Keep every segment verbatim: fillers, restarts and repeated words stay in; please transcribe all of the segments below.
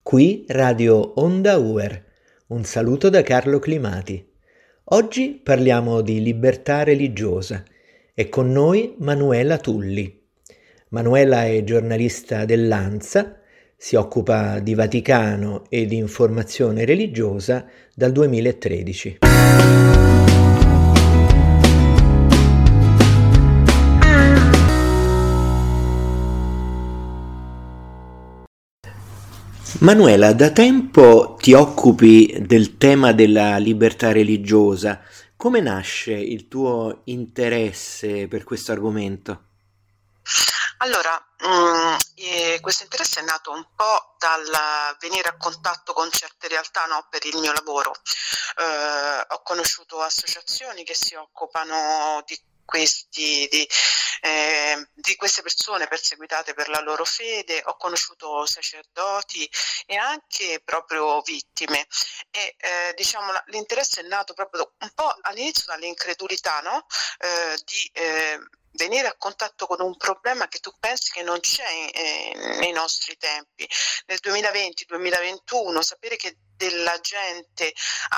Qui Radio Onda U R, un saluto da Carlo Climati. Oggi parliamo di libertà religiosa e con noi Manuela Tulli. Manuela è giornalista dell'ANSA, si occupa di Vaticano e di informazione religiosa dal duemilatredici. Manuela, da tempo ti occupi del tema della libertà religiosa. Come nasce il tuo interesse per questo argomento? Allora, mh, eh, questo interesse è nato un po' dal venire a contatto con certe realtà, no, per il mio lavoro. Eh, ho conosciuto associazioni che si occupano di questi di, eh, di queste persone perseguitate per la loro fede, ho conosciuto sacerdoti e anche proprio vittime e eh, diciamo l'interesse è nato proprio un po' all'inizio dall'incredulità, no? Eh, di eh, venire a contatto con un problema che tu pensi che non c'è eh, nei nostri tempi. Nel duemilaventi duemilaventuno sapere che della gente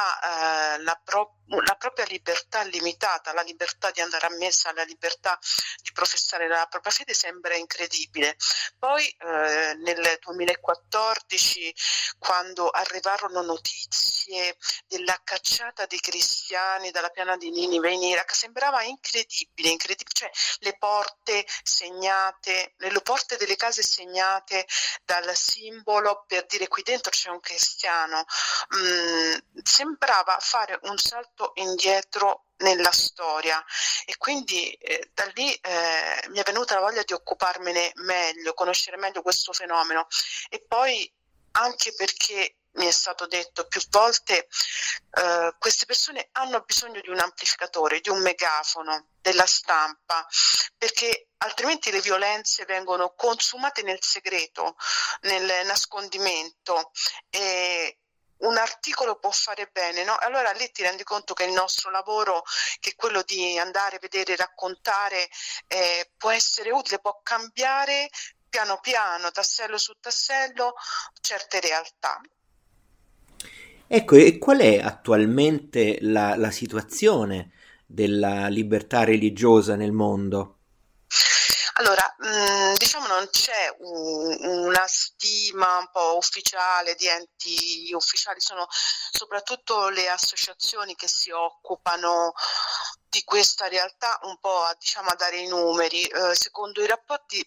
ha eh, la, pro- la propria libertà limitata, la libertà di andare a messa, la libertà di professare la propria fede sembra incredibile. Poi eh, nel duemilaquattordici, quando arrivarono notizie della cacciata dei cristiani dalla piana di Ninive in Iraq, sembrava incredibile, incredibile, cioè le porte segnate, le porte delle case segnate dal simbolo per dire qui dentro c'è un cristiano. Mm, sembrava fare un salto indietro nella storia e quindi eh, da lì eh, mi è venuta la voglia di occuparmene meglio, conoscere meglio questo fenomeno e poi anche perché mi è stato detto più volte eh, queste persone hanno bisogno di un amplificatore, di un megafono, della stampa, perché altrimenti le violenze vengono consumate nel segreto, nel nascondimento e un articolo può fare bene, no? Allora lì ti rendi conto che il nostro lavoro, che è quello di andare, vedere, raccontare, eh, può essere utile, può cambiare piano piano, tassello su tassello, certe realtà. Ecco, e qual è attualmente la, la situazione della libertà religiosa nel mondo? Allora, mh, diciamo non c'è un, una stima un po' ufficiale di enti ufficiali, sono soprattutto le associazioni che si occupano di questa realtà un po' a, diciamo, a dare i numeri. Eh, secondo i rapporti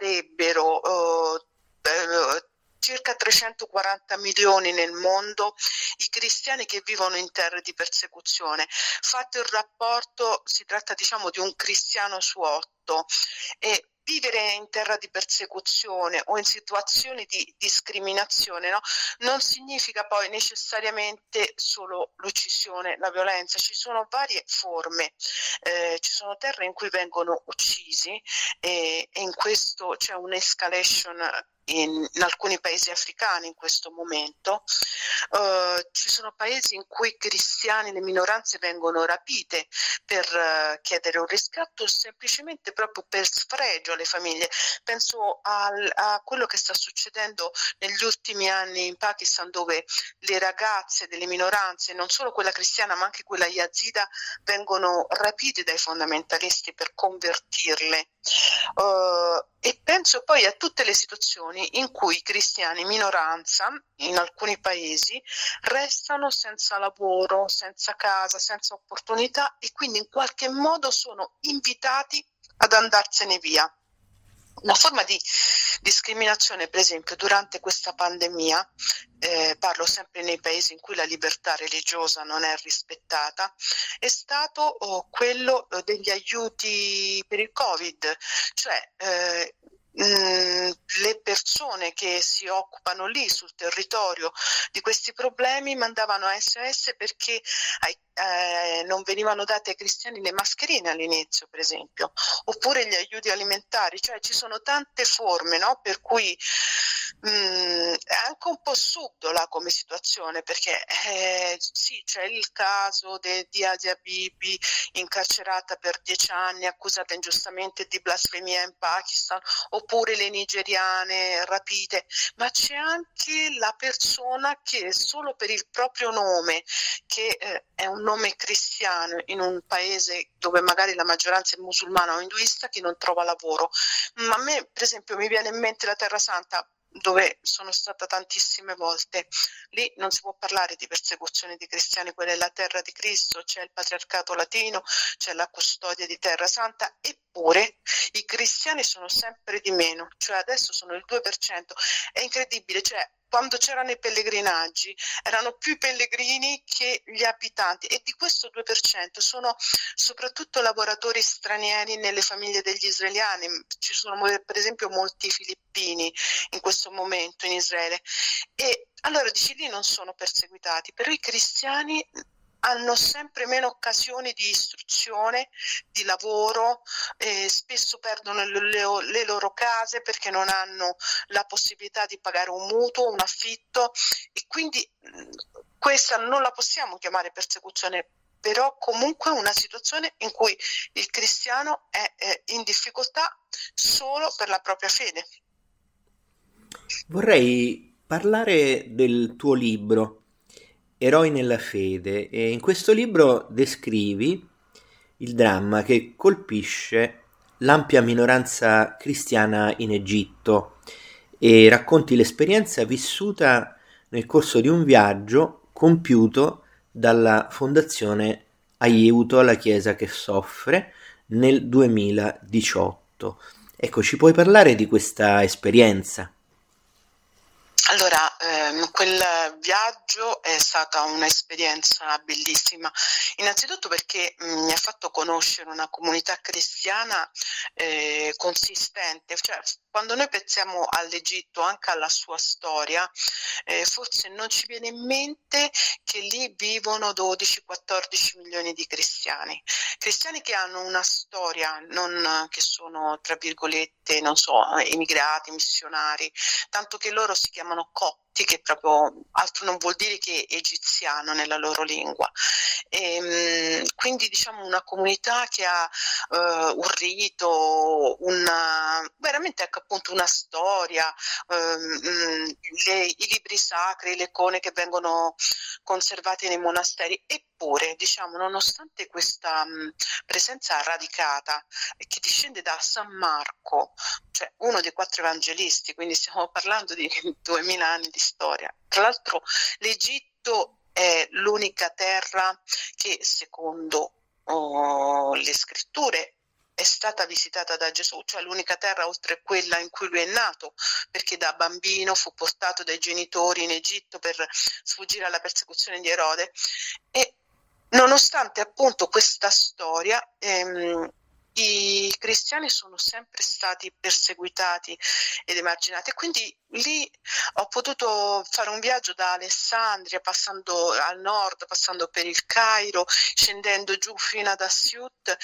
sarebbero eh, eh, circa trecentoquaranta milioni nel mondo i cristiani che vivono in terre di persecuzione. Fatto il rapporto, si tratta diciamo di un cristiano su otto e vivere in terra di persecuzione o in situazioni di discriminazione, no? Non significa poi necessariamente solo l'uccisione, la violenza, ci sono varie forme, eh, ci sono terre in cui vengono uccisi e, e in questo c'è un'escalation in, in alcuni paesi africani in questo momento. Uh, ci sono paesi in cui i cristiani, le minoranze vengono rapite per uh, chiedere un riscatto semplicemente proprio per sfregio alle famiglie. Penso al, a quello che sta succedendo negli ultimi anni in Pakistan, dove le ragazze delle minoranze, non solo quella cristiana ma anche quella yazida, vengono rapite dai fondamentalisti per convertirle. Uh, e penso poi a tutte le situazioni in cui i cristiani minoranza in alcuni paesi restano senza lavoro, senza casa, senza opportunità e quindi in qualche modo sono invitati ad andarsene via. Una forma di discriminazione, per esempio, durante questa pandemia, eh, parlo sempre nei paesi in cui la libertà religiosa non è rispettata, è stato oh, quello eh, degli aiuti per il Covid, cioè eh, mh, le persone che si occupano lì sul territorio di questi problemi mandavano S O S perché ai Eh, non venivano date ai cristiani le mascherine all'inizio, per esempio, oppure gli aiuti alimentari, cioè ci sono tante forme, no? Per cui mh, è anche un po' subdola come situazione, perché eh, sì, c'è il caso de, di Asia Bibi incarcerata per dieci anni, accusata ingiustamente di blasfemia in Pakistan, oppure oppure le nigeriane rapite, ma c'è anche la persona che solo per il proprio nome, che eh, è un nome cristiano in un paese dove magari la maggioranza è musulmana o induista, che non trova lavoro. Ma a me, per esempio, mi viene in mente la Terra Santa, dove sono stata tantissime volte. Lì non si può parlare di persecuzione di cristiani, quella è la terra di Cristo, c'è il patriarcato latino, c'è la custodia di Terra Santa, eppure i cristiani sono sempre di meno, cioè adesso sono il due per cento. È incredibile, cioè quando c'erano i pellegrinaggi erano più i pellegrini che gli abitanti, e di questo due per cento sono soprattutto lavoratori stranieri nelle famiglie degli israeliani. Ci sono per esempio molti filippini in questo momento in Israele, e allora dici lì non sono perseguitati, però i cristiani hanno sempre meno occasioni di istruzione, di lavoro, eh, spesso perdono le, le, le loro case perché non hanno la possibilità di pagare un mutuo, un affitto, e quindi mh, questa non la possiamo chiamare persecuzione, però comunque una situazione in cui il cristiano è, è in difficoltà solo per la propria fede. Vorrei parlare del tuo libro, Eroi nella fede, e in questo libro descrivi il dramma che colpisce l'ampia minoranza cristiana in Egitto e racconti l'esperienza vissuta nel corso di un viaggio compiuto dalla Fondazione Aiuto alla Chiesa che soffre nel duemiladiciotto. Ecco, ci puoi parlare di questa esperienza? Allora, ehm, quel viaggio è stata un'esperienza bellissima, innanzitutto perché mh, mi ha fatto conoscere una comunità cristiana eh, consistente, cioè quando noi pensiamo all'Egitto, anche alla sua storia, eh, forse non ci viene in mente che lì vivono dodici quattordici milioni di cristiani, cristiani che hanno una storia, non che sono tra virgolette, non so, immigrati, missionari, tanto che loro si chiamano copti, che proprio altro non vuol dire che egiziano nella loro lingua. E, quindi diciamo una comunità che ha uh, un rito, una, veramente ecco, appunto una storia, um, le, i libri sacri, le icone che vengono conservati nei monasteri. Eppure, diciamo, nonostante questa um, presenza radicata che discende da San Marco, cioè uno dei quattro evangelisti, quindi stiamo parlando di duemila anni di storia. Tra l'altro l'Egitto è l'unica terra che secondo oh, le scritture è stata visitata da Gesù, cioè l'unica terra oltre quella in cui lui è nato, perché da bambino fu portato dai genitori in Egitto per sfuggire alla persecuzione di Erode. E nonostante appunto questa storia, ehm, i cristiani sono sempre stati perseguitati ed emarginati, e quindi lì ho potuto fare un viaggio da Alessandria, passando al nord, passando per il Cairo, scendendo giù fino ad Assiut,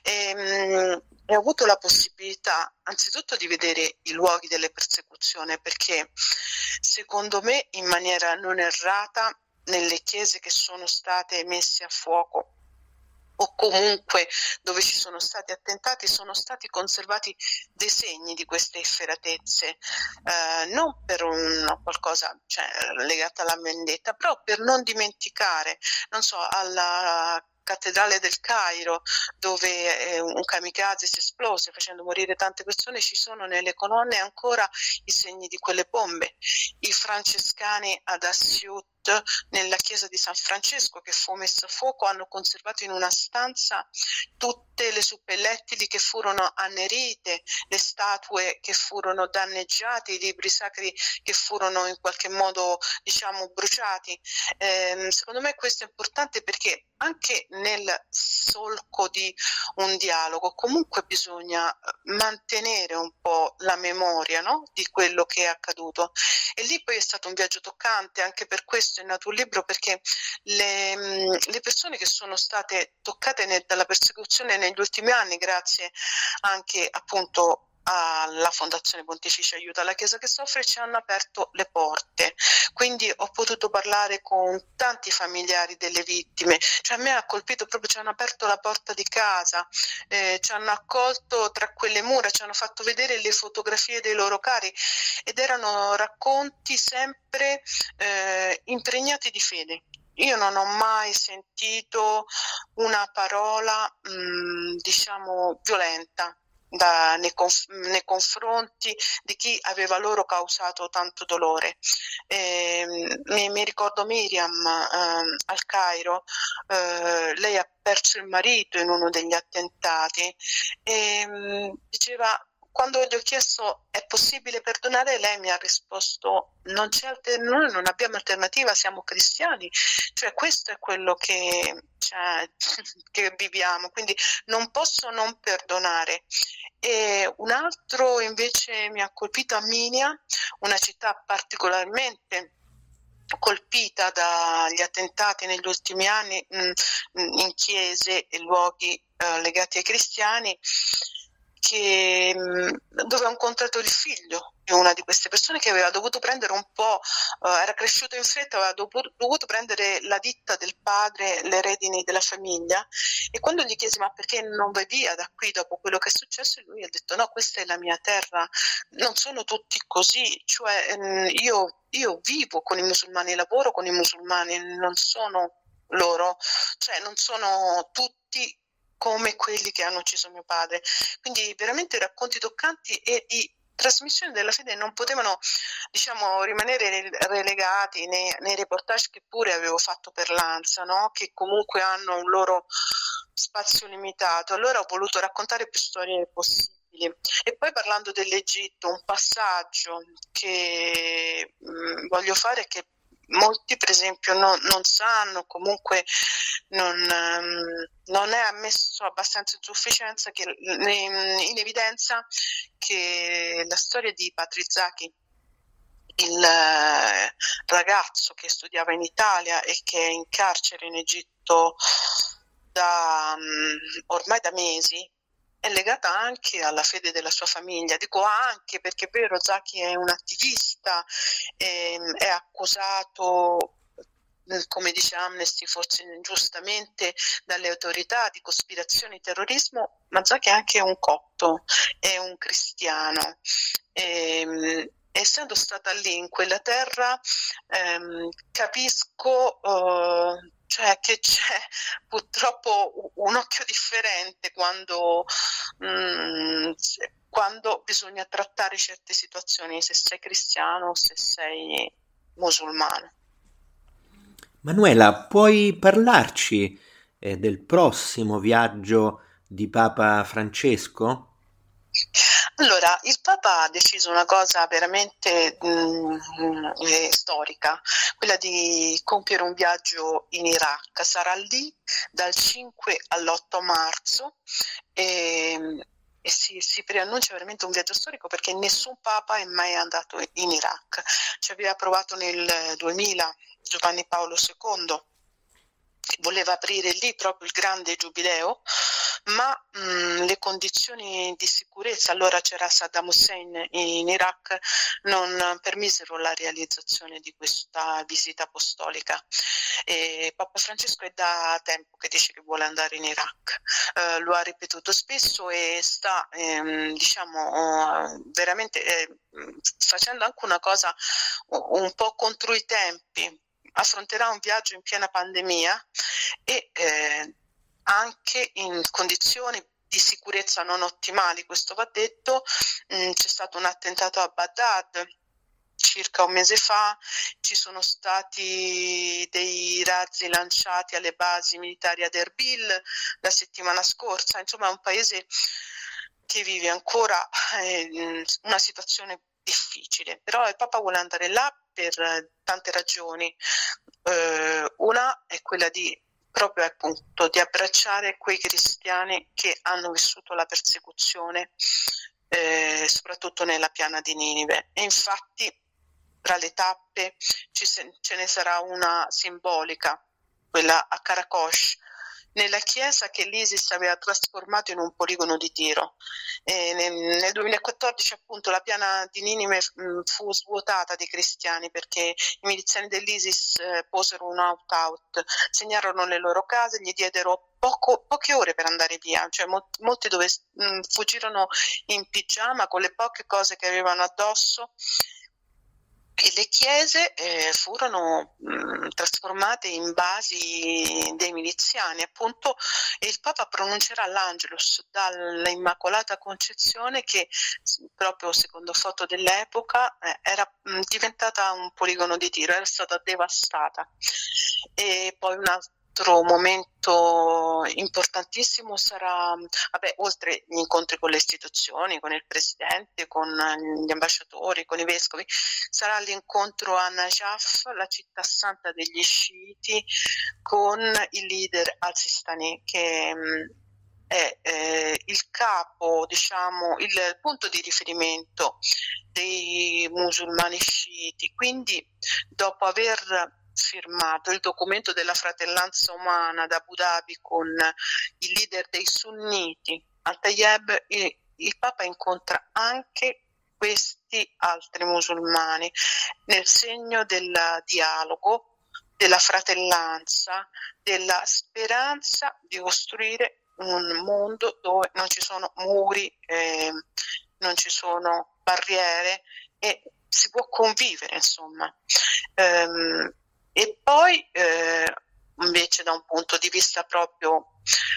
e, e ho avuto la possibilità anzitutto di vedere i luoghi delle persecuzioni, perché secondo me in maniera non errata nelle chiese che sono state messe a fuoco o comunque dove ci sono stati attentati sono stati conservati dei segni di queste efferatezze, eh, non per un qualcosa cioè, legato alla vendetta, però per non dimenticare, non so, alla cattedrale del Cairo, dove eh, un kamikaze si esplose facendo morire tante persone, ci sono nelle colonne ancora i segni di quelle bombe. I francescani ad Assiut, nella chiesa di San Francesco che fu messa a fuoco, hanno conservato in una stanza tutte le suppellettili che furono annerite, le statue che furono danneggiate, i libri sacri che furono in qualche modo diciamo bruciati. Eh, secondo me questo è importante perché anche nel solco di un dialogo comunque bisogna mantenere un po' la memoria, no? Di quello che è accaduto, e lì poi è stato un viaggio toccante. Anche per questo è nato un libro, perché le, le persone che sono state toccate ne, dalla persecuzione negli ultimi anni, grazie anche appunto alla Fondazione Pontificia Aiuta la Chiesa che Soffre ci hanno aperto le porte, quindi ho potuto parlare con tanti familiari delle vittime, cioè a me ha colpito proprio, ci hanno aperto la porta di casa, eh, ci hanno accolto tra quelle mura, ci hanno fatto vedere le fotografie dei loro cari ed erano racconti sempre eh, impregnati di fede. Io non ho mai sentito una parola, mh, diciamo, violenta da, nei, conf- nei confronti di chi aveva loro causato tanto dolore. E, mi, mi ricordo Miriam eh, al Cairo, eh, lei ha perso il marito in uno degli attentati e mh, diceva, quando gli ho chiesto è possibile perdonare, lei mi ha risposto non c'è alter- noi non abbiamo alternativa, siamo cristiani, cioè questo è quello che, cioè, che viviamo, quindi non posso non perdonare. E un altro invece mi ha colpito a Minia, una città particolarmente colpita dagli attentati negli ultimi anni mh, in chiese e luoghi eh, legati ai cristiani, che, dove ho incontrato il figlio di una di queste persone che aveva dovuto prendere un po', uh, era cresciuto in fretta, aveva dovuto, dovuto prendere la ditta del padre, le redini della famiglia, e quando gli chiesi ma perché non vai via da qui dopo quello che è successo, lui ha detto no, questa è la mia terra, non sono tutti così, cioè mh, io, io vivo con i musulmani, lavoro con i musulmani, non sono loro, cioè non sono tutti come quelli che hanno ucciso mio padre. Quindi veramente racconti toccanti e di trasmissione della fede non potevano, diciamo, rimanere relegati nei, nei reportage che pure avevo fatto per l'ANSA, no? Che comunque hanno un loro spazio limitato. Allora ho voluto raccontare più storie possibili. E poi parlando dell'Egitto, un passaggio che mh, voglio fare è che molti per esempio no, non sanno, comunque non, um, non è ammesso abbastanza in sufficienza che, in, in evidenza che la storia di Patrick Zaki, il eh, ragazzo che studiava in Italia e che è in carcere in Egitto da um, ormai da mesi, è legata anche alla fede della sua famiglia. Dico anche perché è vero, Zaki è un attivista, ehm, è accusato, come dice Amnesty, forse ingiustamente dalle autorità di cospirazione e terrorismo, ma Zaki è anche un copto, è un cristiano. Ehm, essendo stata lì in quella terra, ehm, capisco uh, cioè che c'è purtroppo un occhio differente quando, mh, quando bisogna trattare certe situazioni, se sei cristiano o se sei musulmano. Manuela, puoi parlarci eh, del prossimo viaggio di Papa Francesco? Allora, il Papa ha deciso una cosa veramente mh, eh, storica, quella di compiere un viaggio in Iraq. Sarà lì dal cinque all'otto marzo e, e si, si preannuncia veramente un viaggio storico perché nessun Papa è mai andato in Iraq. Ci aveva provato nel duemila Giovanni Paolo secondo, voleva aprire lì proprio il grande giubileo, ma mh, le condizioni di sicurezza, allora c'era Saddam Hussein in Iraq, non permisero la realizzazione di questa visita apostolica. E Papa Francesco è da tempo che dice che vuole andare in Iraq, eh, lo ha ripetuto spesso e sta ehm, diciamo veramente eh, facendo anche una cosa un po' contro i tempi. Affronterà un viaggio in piena pandemia e eh, anche in condizioni di sicurezza non ottimali, questo va detto. Mm, c'è stato un attentato a Baghdad circa un mese fa, ci sono stati dei razzi lanciati alle basi militari ad Erbil la settimana scorsa, insomma è un paese che vive ancora eh, una situazione difficile, però il Papa vuole andare là per tante ragioni. Eh, una è quella di proprio appunto di abbracciare quei cristiani che hanno vissuto la persecuzione, eh, soprattutto nella piana di Ninive. E infatti tra le tappe ci se- ce ne sarà una simbolica, quella a Karakosh, nella chiesa che l'ISIS aveva trasformato in un poligono di tiro. E nel, nel duemilaquattordici appunto la piana di Ninive mh, fu svuotata di cristiani perché i miliziani dell'ISIS eh, posero un opt-out, segnarono le loro case, gli diedero poco, poche ore per andare via, cioè mo- molti dove mh, fuggirono in pigiama con le poche cose che avevano addosso. E le chiese eh, furono mh, trasformate in basi dei miliziani, appunto, e il Papa pronuncerà l'Angelus dall'Immacolata Concezione che proprio secondo foto dell'epoca eh, era mh, diventata un poligono di tiro, era stata devastata. E poi un altro momento importantissimo sarà, vabbè, oltre gli incontri con le istituzioni, con il presidente, con gli ambasciatori, con i vescovi, sarà l'incontro a Najaf, la città santa degli sciiti, con il leader al-Sistani, che mh, è eh, il capo, diciamo, il punto di riferimento dei musulmani sciiti. Quindi, dopo aver firmato il documento della fratellanza umana ad Abu Dhabi con il leader dei sunniti, Al-Tayyeb, il, il Papa incontra anche questi altri musulmani nel segno del dialogo, della fratellanza, della speranza di costruire un mondo dove non ci sono muri, eh, non ci sono barriere e si può convivere, insomma. Um, e poi eh, invece da un punto di vista proprio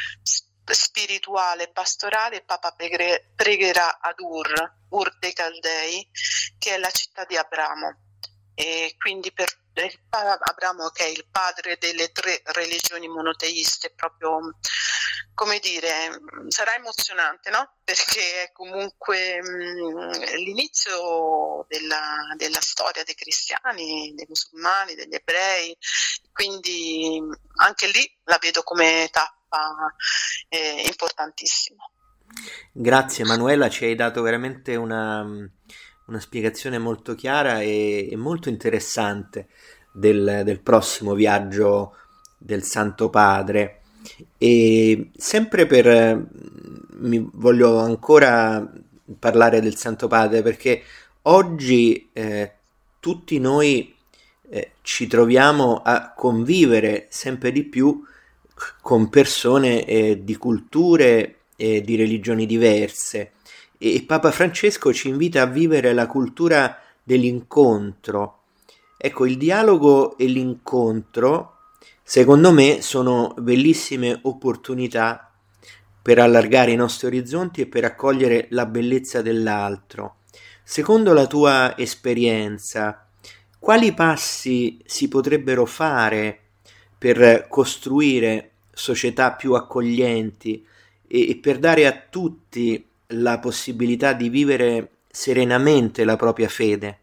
spirituale, pastorale, il Papa preghe, pregherà ad Ur, Ur dei Caldei, che è la città di Abramo. E quindi per il Abramo, che è il padre delle tre religioni monoteiste, proprio, come dire, sarà emozionante, no? Perché è comunque mh, l'inizio della, della storia dei cristiani, dei musulmani, degli ebrei, quindi anche lì la vedo come tappa eh, importantissima. Grazie Manuela, ci hai dato veramente una, una spiegazione molto chiara e, e molto interessante del, del prossimo viaggio del Santo Padre. E sempre per mi voglio ancora parlare del Santo Padre, perché oggi eh, tutti noi eh, ci troviamo a convivere sempre di più con persone eh, di culture e di religioni diverse, e Papa Francesco ci invita a vivere la cultura dell'incontro. Ecco, il dialogo e l'incontro secondo me sono bellissime opportunità per allargare i nostri orizzonti e per accogliere la bellezza dell'altro. Secondo la tua esperienza, quali passi si potrebbero fare per costruire società più accoglienti e per dare a tutti la possibilità di vivere serenamente la propria fede?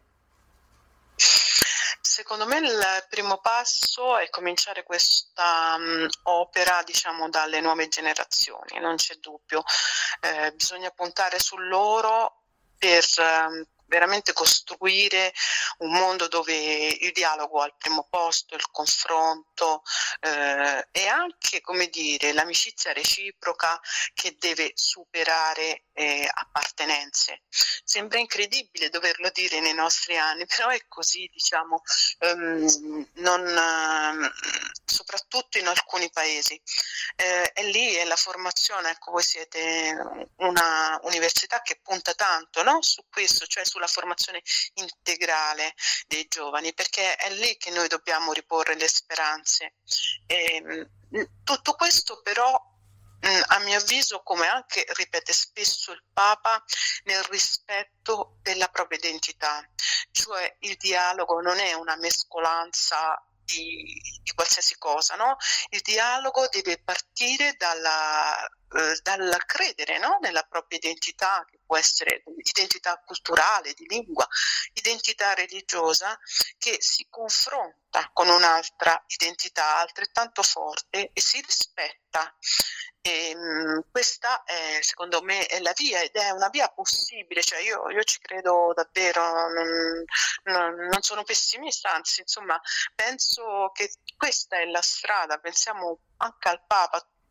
Secondo me il primo passo è cominciare questa um, opera, diciamo, dalle nuove generazioni, non c'è dubbio. Eh, bisogna puntare su loro per um, veramente costruire un mondo dove il dialogo ha il primo posto, il confronto eh, e anche, come dire, l'amicizia reciproca che deve superare eh, appartenenze. Sembra incredibile doverlo dire nei nostri anni, però è così, diciamo, um, non, uh, soprattutto in alcuni paesi. Eh, e lì è la formazione, ecco, voi siete una università che punta tanto, no? Su questo, cioè sulla formazione integrale dei giovani, perché è lì che noi dobbiamo riporre le speranze. E, tutto questo però, a mio avviso, come anche ripete spesso il Papa, nel rispetto della propria identità, cioè il dialogo non è una mescolanza di, di qualsiasi cosa, no? Il dialogo deve partire dalla, eh, dal credere, no? Nella propria identità, che può essere identità culturale, di lingua, identità religiosa, che si confronta con un'altra identità altrettanto forte e si rispetta. E, mh, questa è, secondo me, è la via, ed è una via possibile, cioè io, io ci credo davvero, non, non, non sono pessimista, anzi, insomma, penso che questa è la strada. Pensiamo anche al Papa,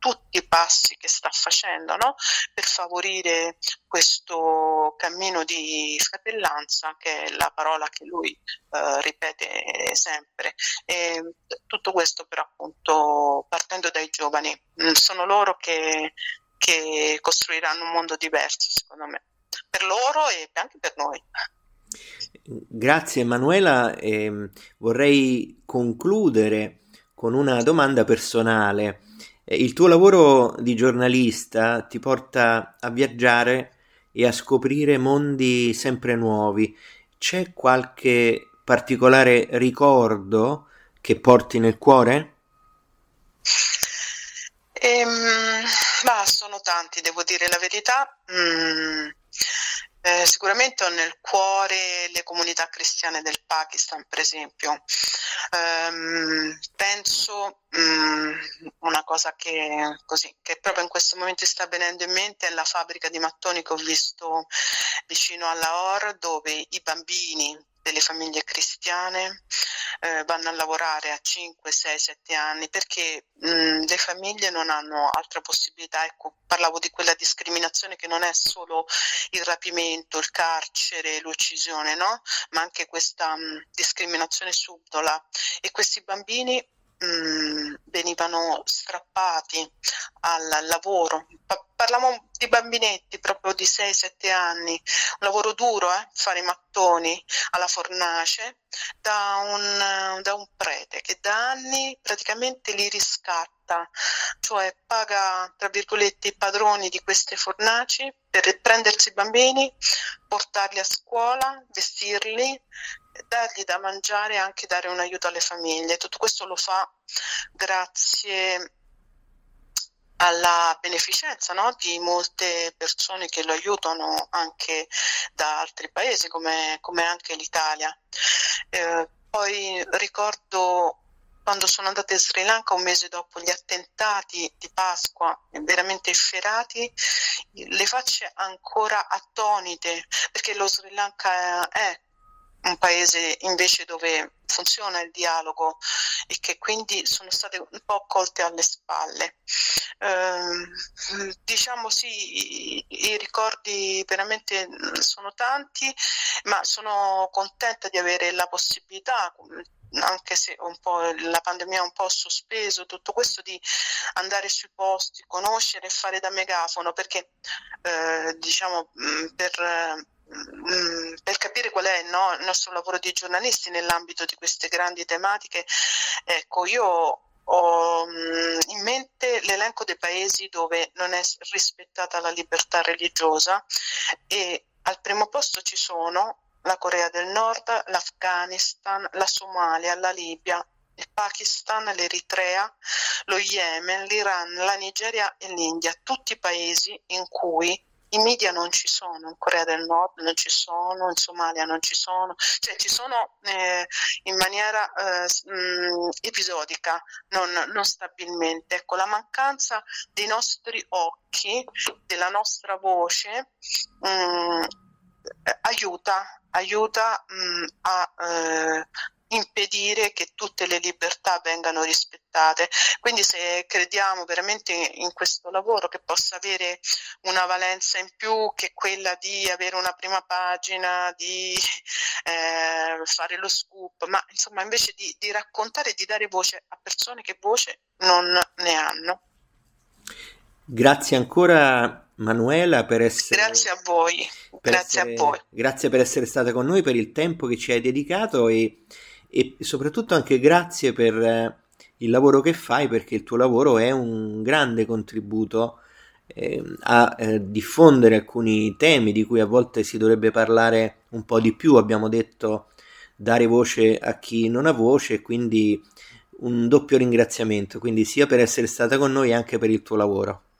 tutti i passi che sta facendo, no? Per favorire questo cammino di fratellanza, che è la parola che lui eh, ripete sempre. E tutto questo però appunto partendo dai giovani. Sono loro che, che costruiranno un mondo diverso, secondo me, per loro e anche per noi. Grazie Emanuela, eh, vorrei concludere con una domanda personale. Eh, il tuo lavoro di giornalista ti porta a viaggiare e a scoprire mondi sempre nuovi. C'è qualche particolare ricordo che porti nel cuore? Ehm, bah, sono tanti, devo dire la verità. Mm, eh, sicuramente ho nel cuore le comunità cristiane del Pakistan, per esempio. Ehm, penso mm, una cosa che, così, che proprio in questo momento sta venendo in mente è la fabbrica di mattoni che ho visto vicino a Lahore, dove i bambini delle famiglie cristiane eh, vanno a lavorare a cinque, sei, sette anni perché mh, le famiglie non hanno altra possibilità. Ecco, parlavo di quella discriminazione che non è solo il rapimento, il carcere, l'uccisione, no? Ma anche questa mh, discriminazione subdola, e questi bambini mh, venivano strappati al lavoro. Pa- parliamo di bambinetti proprio di sei sette anni, un lavoro duro, eh? Fare i mattoni alla fornace, da un, da un prete che da anni praticamente li riscatta, cioè paga tra virgolette i padroni di queste fornaci per prendersi i bambini, portarli a scuola, vestirli, dargli da mangiare e anche dare un aiuto alle famiglie. Tutto questo lo fa grazie alla beneficenza, no? Di molte persone che lo aiutano anche da altri paesi come, come anche l'Italia. Eh, poi ricordo quando sono andata in Sri Lanka un mese dopo gli attentati di Pasqua, veramente efferati, le facce ancora attonite, perché lo Sri Lanka è un paese invece dove funziona il dialogo e che quindi sono state un po' colte alle spalle. Eh, diciamo sì, i, i ricordi veramente sono tanti, ma sono contenta di avere la possibilità, anche se un po' la pandemia ha un po' sospeso tutto questo, di andare sui posti, conoscere e fare da megafono, perché eh, diciamo per per capire qual è, no, il nostro lavoro di giornalisti nell'ambito di queste grandi tematiche. Ecco, io ho in mente l'elenco dei paesi dove non è rispettata la libertà religiosa, e al primo posto ci sono la Corea del Nord, l'Afghanistan, la Somalia, la Libia, il Pakistan, l'Eritrea, lo Yemen, l'Iran, la Nigeria e l'India, tutti paesi in cui i media non ci sono. In Corea del Nord non ci sono, in Somalia non ci sono, cioè ci sono eh, in maniera eh, mh, episodica, non, non stabilmente. Ecco, la mancanza dei nostri occhi, della nostra voce, mh, aiuta, aiuta mh, a eh, impedire che tutte le libertà vengano rispettate. Quindi se crediamo veramente in questo lavoro che possa avere una valenza in più che quella di avere una prima pagina, di eh, fare lo scoop, ma insomma invece di, di raccontare e di dare voce a persone che voce non ne hanno. Grazie ancora Manuela per essere... Grazie a voi, per grazie essere, a voi. Grazie per essere stata con noi, per il tempo che ci hai dedicato e, e soprattutto anche grazie per eh, il lavoro che fai, perché il tuo lavoro è un grande contributo eh, a eh, diffondere alcuni temi di cui a volte si dovrebbe parlare un po' di più. Abbiamo detto dare voce a chi non ha voce, quindi un doppio ringraziamento, quindi sia per essere stata con noi e anche per il tuo lavoro.